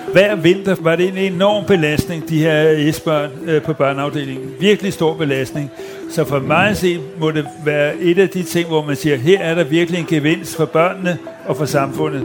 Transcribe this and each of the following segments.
Hver vinter var det en enorm belastning, de her S-børn på børneafdelingen. Virkelig stor belastning. Så for mig at se, må det være et af de ting, hvor man siger, her er der virkelig en gevinst for børnene og for samfundet.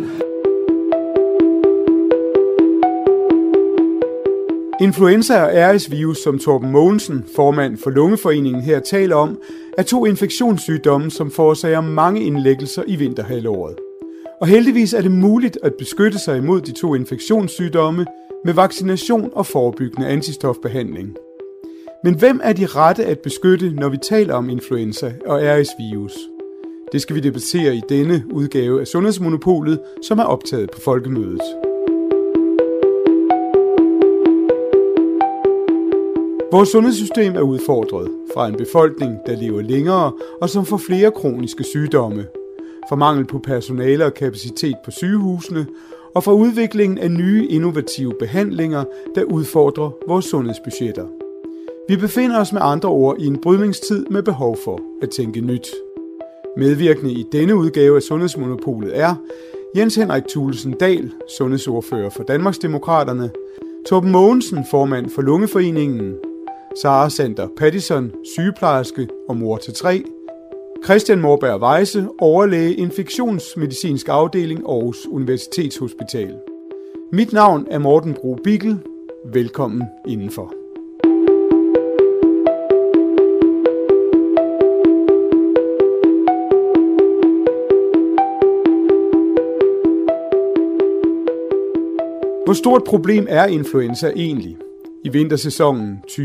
Influenza og RS-virus, som Torben Mogensen, formand for Lungeforeningen, her taler om, er 2 infektionssygdomme, som forårsager mange indlæggelser i vinterhalvåret. Og heldigvis er det muligt at beskytte sig imod de 2 infektionssygdomme med vaccination og forebyggende antistofbehandling. Men hvem er de rette at beskytte, når vi taler om influenza og RS-virus? Det skal vi debattere i denne udgave af Sundhedsmonopolet, som er optaget på Folkemødet. Vores sundhedssystem er udfordret fra en befolkning, der lever længere og som får flere kroniske sygdomme, fra mangel på personale og kapacitet på sygehusene og fra udviklingen af nye innovative behandlinger, der udfordrer vores sundhedsbudgetter. Vi befinder os med andre ord i en brydningstid med behov for at tænke nyt. Medvirkende i denne udgave af Sundhedsmonopolet er Jens Henrik Thulesen Dahl, sundhedsordfører for Danmarksdemokraterne, Torben Mogensen, formand for Lungeforeningen, Sara Sander Pattison, sygeplejerske og mor til 3, Christian Morberg Weise, overlæge infektionsmedicinsk afdeling Aarhus Universitetshospital. Mit navn er Morten Bro Bickel. Velkommen indenfor. Hvor stort problem er influenza egentlig? I vintersæsonen 2022-2023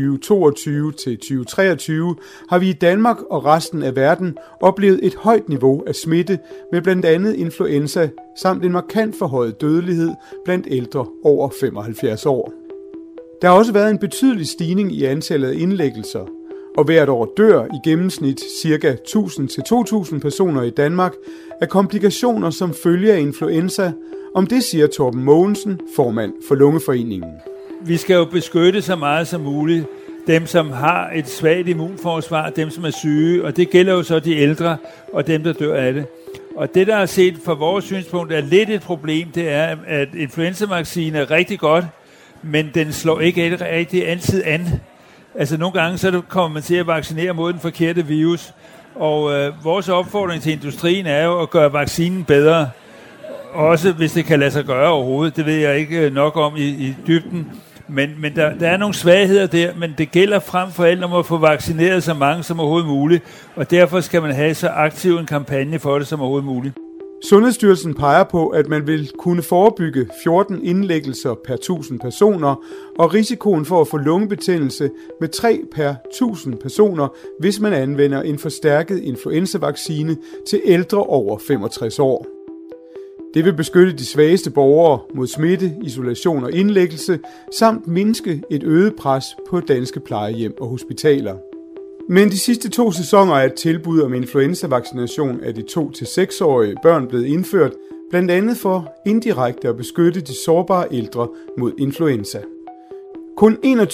har vi i Danmark og resten af verden oplevet et højt niveau af smitte med blandt andet influenza samt en markant forhøjet dødelighed blandt ældre over 75 år. Der har også været en betydelig stigning i antallet af indlæggelser, og hvert år dør i gennemsnit ca. 1000-2000 personer i Danmark af komplikationer som følge af influenza. Om det siger Torben Mogensen, formand for Lungeforeningen. Vi skal jo beskytte så meget som muligt dem, som har et svagt immunforsvar, dem, som er syge, og det gælder jo så de ældre og dem, der dør af det. Og det, der er set fra vores synspunkt, er lidt et problem, det er, at influenzavaccine er rigtig godt, men den slår ikke rigtig altid an. Altså nogle gange, så kommer man til at vaccinere mod den forkerte virus, og vores opfordring til industrien er jo at gøre vaccinen bedre. Også hvis det kan lade sig gøre overhovedet, det ved jeg ikke nok om i dybden. Men der er nogle svagheder der, men det gælder frem for alt om at få vaccineret så mange som overhovedet muligt. Og derfor skal man have så aktiv en kampagne for det som overhovedet muligt. Sundhedsstyrelsen peger på, at man vil kunne forebygge 14 indlæggelser per 1000 personer og risikoen for at få lungebetændelse med 3 per 1000 personer, hvis man anvender en forstærket influenzavaccine til ældre over 65 år. Det vil beskytte de svageste borgere mod smitte, isolation og indlæggelse, samt mindske et øget pres på danske plejehjem og hospitaler. Men de sidste 2 sæsoner er et tilbud om influenzavaccination af de 2-6-årige børn blevet indført, blandt andet for indirekte at beskytte de sårbare ældre mod influenza. Kun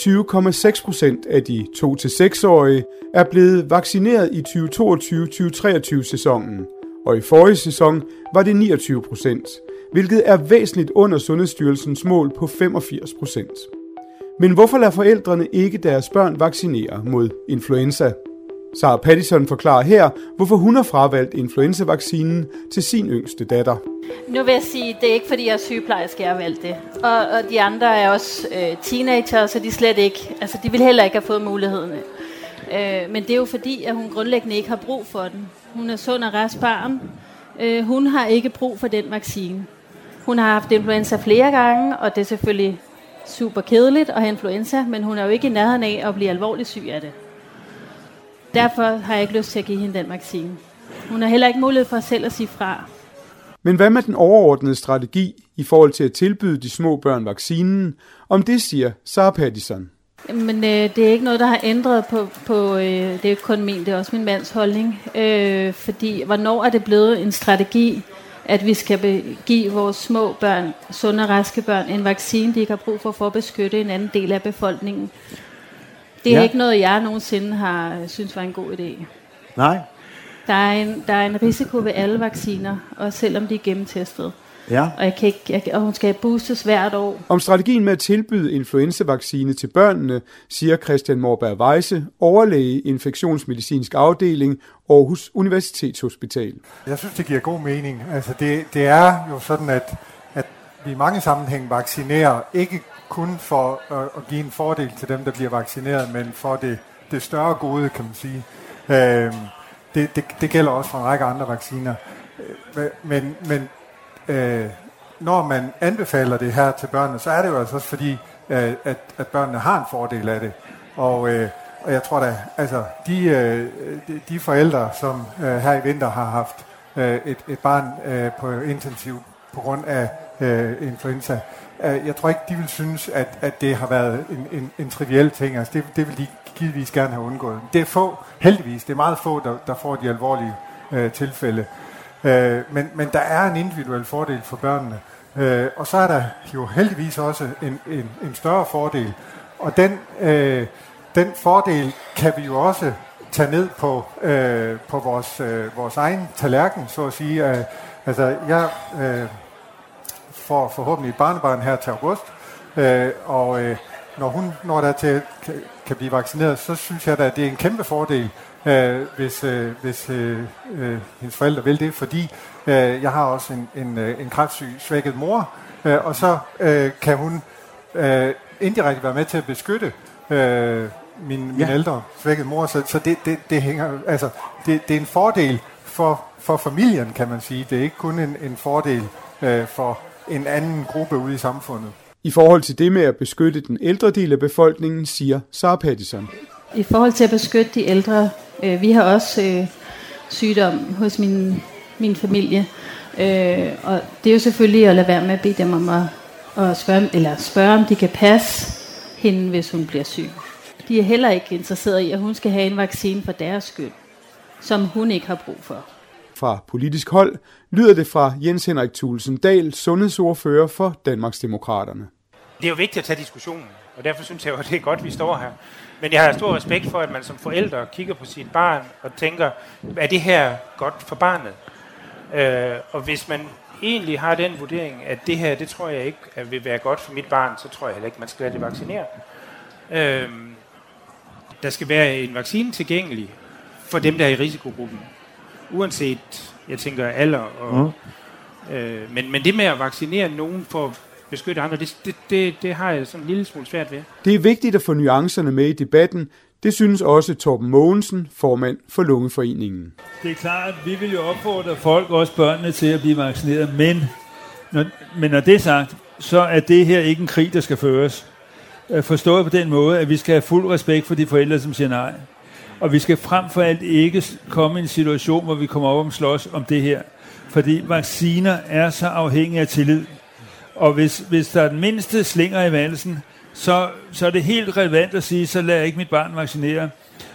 21,6% af de 2-6-årige er blevet vaccineret i 2022-2023 sæsonen. Og i forrige sæson var det 29%, hvilket er væsentligt under Sundhedsstyrelsens mål på 85%. Men hvorfor lader forældrene ikke deres børn vaccinere mod influenza? Sara Pattison forklarer her, hvorfor hun har fravalgt influenzavaccinen til sin yngste datter. Nu vil jeg sige, det er ikke fordi jeg er sygeplejerske, jeg har valgt det. Og de andre er også teenager, så de slet ikke, altså de vil heller ikke have fået mulighederne. Men det er jo fordi, at hun grundlæggende ikke har brug for den. Hun er sund og rask barn. Hun har ikke brug for den vaccine. Hun har haft influenza flere gange, og det er selvfølgelig super kedeligt at have influenza, men hun er jo ikke i nærheden af at blive alvorligt syg af det. Derfor har jeg ikke lyst til at give hende den vaccine. Hun har heller ikke mulighed for selv at sige fra. Men hvad med den overordnede strategi i forhold til at tilbyde de små børn vaccinen? Om det siger Sara Pattison. Men det er ikke noget, der har ændret på det er ikke kun min, det er også min mands holdning. Fordi hvornår er det blevet en strategi, at vi skal give vores små børn, sunde og raske børn, en vaccine, de ikke har brug for at beskytte en anden del af befolkningen? Det er ikke noget, jeg nogensinde har synes var en god idé. Nej. Der er en risiko ved alle vacciner, også selvom de er gennemtestet. Ja. Og hun skal boostes hvert år. Om strategien med at tilbyde influenzavaccine til børnene, siger Christian Morberg Weisse, overlæge i infektionsmedicinsk afdeling Aarhus Universitetshospital. Jeg synes, det giver god mening. Altså det er jo sådan, at vi i mange sammenhæng vaccinerer, ikke kun for at give en fordel til dem, der bliver vaccineret, men for det større gode, kan man sige. Det gælder også for en række andre vacciner. Men når man anbefaler det her til børnene, så er det jo altså også fordi, at børnene har en fordel af det. Og jeg tror da, altså de forældre, som her i vinter har haft et barn på intensiv på grund af influenza, jeg tror ikke, de vil synes, at det har været en triviel ting. Altså det vil de givetvis gerne have undgået. Det er få, heldigvis, det er meget få, der får de alvorlige tilfælde. Men der er en individuel fordel for børnene. Og så er der jo heldigvis også en større fordel. Og den fordel kan vi jo også tage ned på vores egen tallerken, så at sige. Altså jeg får forhåbentlig et barnebarn her til august, og når hun når der til kan blive vaccineret, så synes jeg da, at det er en kæmpe fordel, hvis hendes forældre vil det, fordi jeg har også en kræftsyg, svækket mor, og så kan hun indirekte være med til at beskytte min ældre svækket mor, så det hænger, altså det er en fordel for familien, kan man sige. Det er ikke kun en fordel for en anden gruppe ude i samfundet. I forhold til det med at beskytte den ældre del af befolkningen, siger Sara Pattison. I forhold til at beskytte de ældre, vi har også sygdom hos min familie, og det er jo selvfølgelig at lade være med at bede dem om at spørge, om de kan passe hende, hvis hun bliver syg. De er heller ikke interesserede i, at hun skal have en vaccine for deres skyld, som hun ikke har brug for. Fra politisk hold lyder det fra Jens Henrik Thulesen Dahl, sundhedsordfører for Danmarksdemokraterne. Det er jo vigtigt at tage diskussionen, og derfor synes jeg jo, at det er godt, at vi står her. Men jeg har stor respekt for, at man som forældre kigger på sit barn og tænker, er det her godt for barnet? Og hvis man egentlig har den vurdering, at det her, det tror jeg ikke vil være godt for mit barn, så tror jeg heller ikke, man skal lade det vaccinere. Der skal være en vaccine tilgængelig for dem, der er i risikogruppen. Uanset, jeg tænker, alder. Men det med at vaccinere nogen for at beskytte andre, det har jeg sådan en lille smule svært ved. Det er vigtigt at få nuancerne med i debatten. Det synes også Torben Mogensen, formand for Lungeforeningen. Det er klart, at vi vil jo opfordre folk, også børnene, til at blive vaccineret. Men når det er sagt, så er det her ikke en krig, der skal føres. Forstået på den måde, at vi skal have fuld respekt for de forældre, som siger nej. Og vi skal frem for alt ikke komme i en situation, hvor vi kommer op og slås om det her. Fordi vacciner er så afhængige af tillid. Og hvis der er den mindste slinger i valsen, så er det helt relevant at sige, så lader jeg ikke mit barn vaccinere.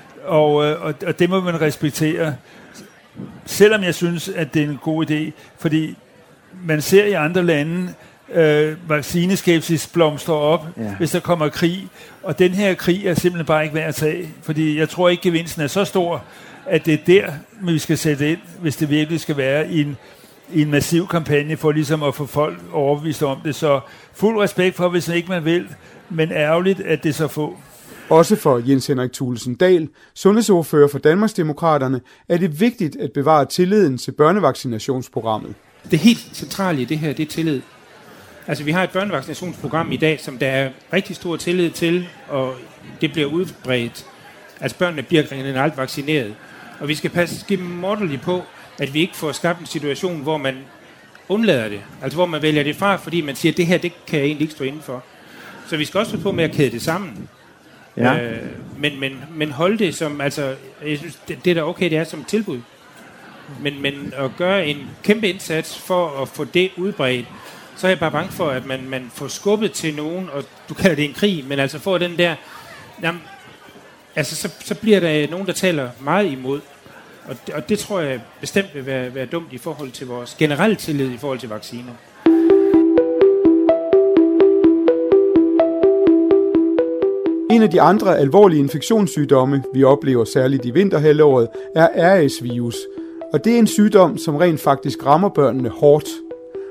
Og det må man respektere. Selvom jeg synes, at det er en god idé. Fordi man ser i andre lande, vaccineskepsis blomstrer op, hvis der kommer krig. Og den her krig er simpelthen bare ikke værd at tage. Fordi jeg tror ikke, gevinsten er så stor, at det er der, vi skal sætte ind, hvis det virkelig skal være i en massiv kampagne for ligesom at få folk overbevist om det. Så fuld respekt for, hvis ikke man vil, men ærgerligt, at det så få. Også for Jens Henrik Thulesen Dahl, sundhedsordfører for Danmarksdemokraterne, er det vigtigt at bevare tilliden til børnevaccinationsprogrammet. Det helt centrale i det her, det er tillid. Altså vi har et børnevaccinationsprogram i dag, som der er rigtig stor tillid til, og det bliver udbredt. Altså børnene bliver generelt vaccineret. Og vi skal passe måtteligt på, at vi ikke får skabt en situation, hvor man undlader det. Altså hvor man vælger det fra, fordi man siger, at det her, det kan jeg egentlig ikke stå indenfor. Så vi skal også passe på med at kæde det sammen. Ja. Men holde det som, altså, jeg synes, det er da okay, det er som et tilbud. Men at gøre en kæmpe indsats for at få det udbredt, så er jeg bare bange for, at man får skubbet til nogen, og du kalder det en krig, men altså får den der, jamen, altså så bliver der nogen, der taler meget imod. Og det tror jeg bestemt vil være dumt i forhold til vores generelle tillid i forhold til vacciner. En af de andre alvorlige infektionssygdomme, vi oplever særligt i vinterhalvåret, er RS-virus. Og det er en sygdom, som rent faktisk rammer børnene hårdt.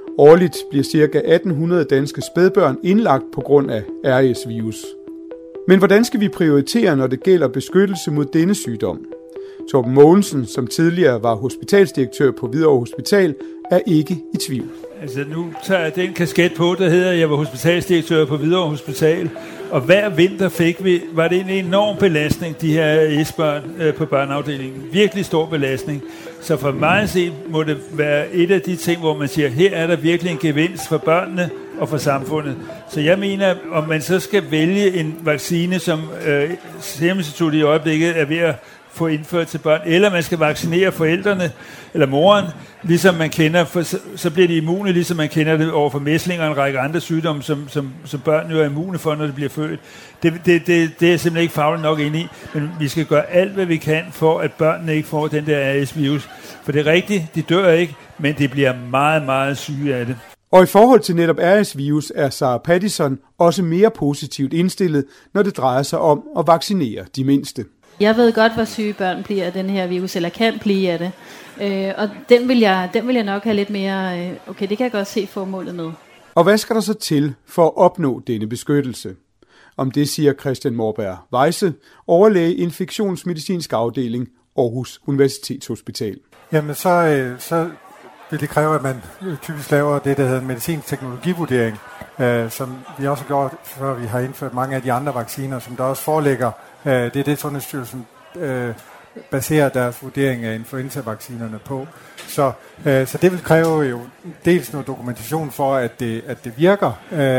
Årligt bliver ca. 1800 danske spædbørn indlagt på grund af RS-virus. Men hvordan skal vi prioritere, når det gælder beskyttelse mod denne sygdom? Torben Mogensen, som tidligere var hospitalsdirektør på Hvidovre Hospital, er ikke i tvivl. Altså nu tager jeg den kasket på, der hedder, at jeg var hospitalsdirektør på Hvidovre Hospital, og hver vinter var det en enorm belastning, de her S-børn på børneafdelingen. Virkelig stor belastning. Så for mig at se, må det være et af de ting, hvor man siger, her er der virkelig en gevinst for børnene og for samfundet. Så jeg mener, om man så skal vælge en vaccine, som Serum Instituttet i øjeblikket er ved at få indført til børn, eller man skal vaccinere forældrene, eller moren, ligesom man kender, for så bliver de immune, ligesom man kender det over for mæslinger og en række andre sygdomme, som børn jo er immune for, når de bliver født. Det er jeg simpelthen ikke fagligt nok inde i, men vi skal gøre alt, hvad vi kan, for at børnene ikke får den der RS-virus. For det er rigtigt, de dør ikke, men de bliver meget, meget syge af det. Og i forhold til netop RS-virus er Sarah Pattison også mere positivt indstillet, når det drejer sig om at vaccinere de mindste. Jeg ved godt, hvor syge børn bliver af den her virus, eller kan blive af det. Og den vil jeg nok have lidt mere, okay, det kan jeg godt se formålet med. Og hvad skal der så til for at opnå denne beskyttelse? Om det siger Christian Morberg Weisse, overlæge i infektionsmedicinsk afdeling, Aarhus Universitetshospital. Jamen så vil det kræve, at man typisk laver det, der hedder medicinsk teknologivurdering, som vi også har gjort, før vi har indført mange af de andre vacciner, som der også foreligger. Det er det, Sundhedsstyrelsen baserer deres vurdering af influenza-vaccinerne på. Så det vil kræve jo dels noget dokumentation for, at det virker,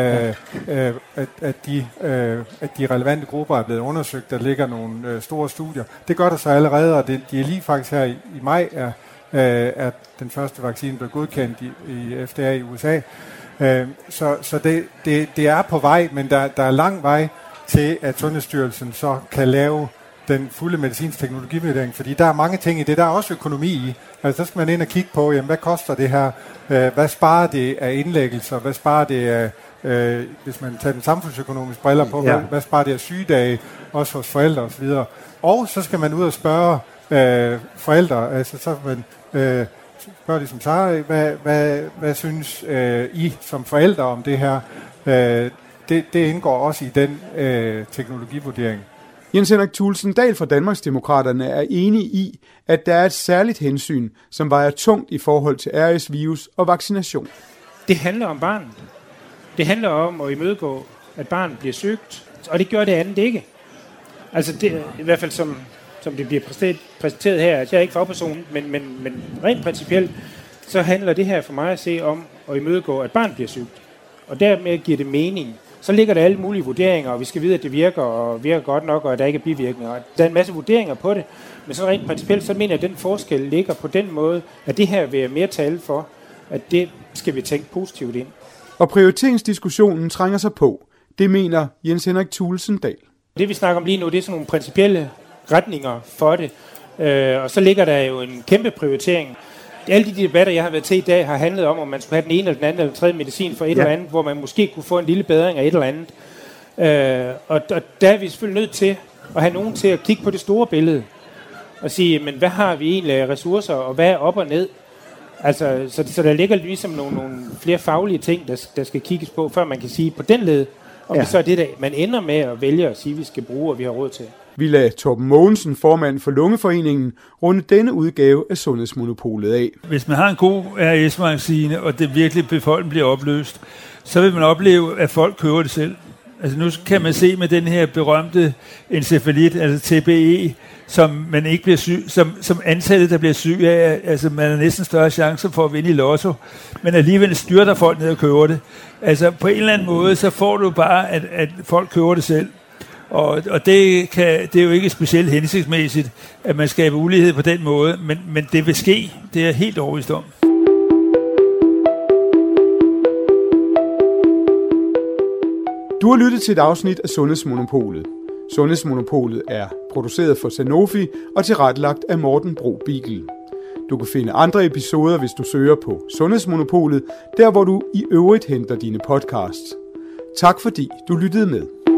at de relevante grupper er blevet undersøgt. Der ligger nogle store studier. Det gør der så allerede, og de er lige faktisk her i maj, at den første vaccine blev godkendt i FDA i USA. Så det er på vej, men der er lang vej til, at Sundhedsstyrelsen så kan lave den fulde medicinsk teknologivurdering, fordi der er mange ting i det. Der er også økonomi i. Altså, der skal man ind og kigge på, jamen, hvad koster det her? Hvad sparer det af indlæggelser? Hvad sparer det af, hvis man tager den samfundsøkonomiske briller på, hvad sparer det af sygedage, også hos forældre osv.? Og så skal man ud og spørge forældre, altså så man spørger de som Sarah, hvad synes I som forældre om det her? Det indgår også i den teknologivurdering. Jens Henrik Thulesen Dahl fra Danmarksdemokraterne er enig i, at der er et særligt hensyn, som vejer tungt i forhold til RS-virus og vaccination. Det handler om barnet. Det handler om at imødegå, at barnet bliver sygt, og det gør det andet ikke. Altså det, i hvert fald som det bliver præsenteret her, altså jeg er ikke fagperson, men rent principielt, så handler det her for mig at se om at imødegå, at barnet bliver sygt. Og dermed giver det mening. Så ligger der alle mulige vurderinger, og vi skal vide, at det virker, og virker godt nok, og at der ikke er bivirkninger. Der er en masse vurderinger på det, men så rent principielt, så mener jeg, at den forskel ligger på den måde, at det her vil jeg mere tale for, at det skal vi tænke positivt ind. Og prioriteringsdiskussionen trænger sig på. Det mener Jens Henrik Thulesen Dahl. Det vi snakker om lige nu, det er sådan nogle principielle retninger for det. Og så ligger der jo en kæmpe prioritering. Alle de debatter, jeg har været til i dag, har handlet om man skulle have den ene eller den anden eller den tredje medicin for et eller andet, hvor man måske kunne få en lille bedring af et eller andet. Og der er vi selvfølgelig nødt til at have nogen til at kigge på det store billede og sige, men hvad har vi egentlig af ressourcer, og hvad er op og ned? Altså, så der ligger ligesom nogle flere faglige ting, der skal kigges på, før man kan sige på den led, om det så er det, der man ender med at vælge at sige, vi skal bruge, og vi har råd til. Vi lader Torben Mogensen, formand for Lungeforeningen, runde denne udgave af Sundhedsmonopolet af. Hvis man har en god RS-vaccine, og det virkelig befolkningen bliver opløst, så vil man opleve, at folk køber det selv. Altså nu kan man se med den her berømte encefalit, altså TBE, som man ikke bliver syg, som antallet, der bliver syg af, altså man har næsten større chancer for at vinde i lotto, men alligevel styrter folk ned og køber det. Altså på en eller anden måde, så får du bare, at folk køber det selv. Og det er jo ikke specielt hensigtsmæssigt, at man skaber ulighed på den måde, men det vil ske. Det er helt overbevist om. Du har lyttet til et afsnit af Sundhedsmonopolet. Sundhedsmonopolet er produceret for Sanofi og tilrettelagt af Morten Bro Bigel. Du kan finde andre episoder, hvis du søger på Sundhedsmonopolet, der hvor du i øvrigt henter dine podcasts. Tak fordi du lyttede med.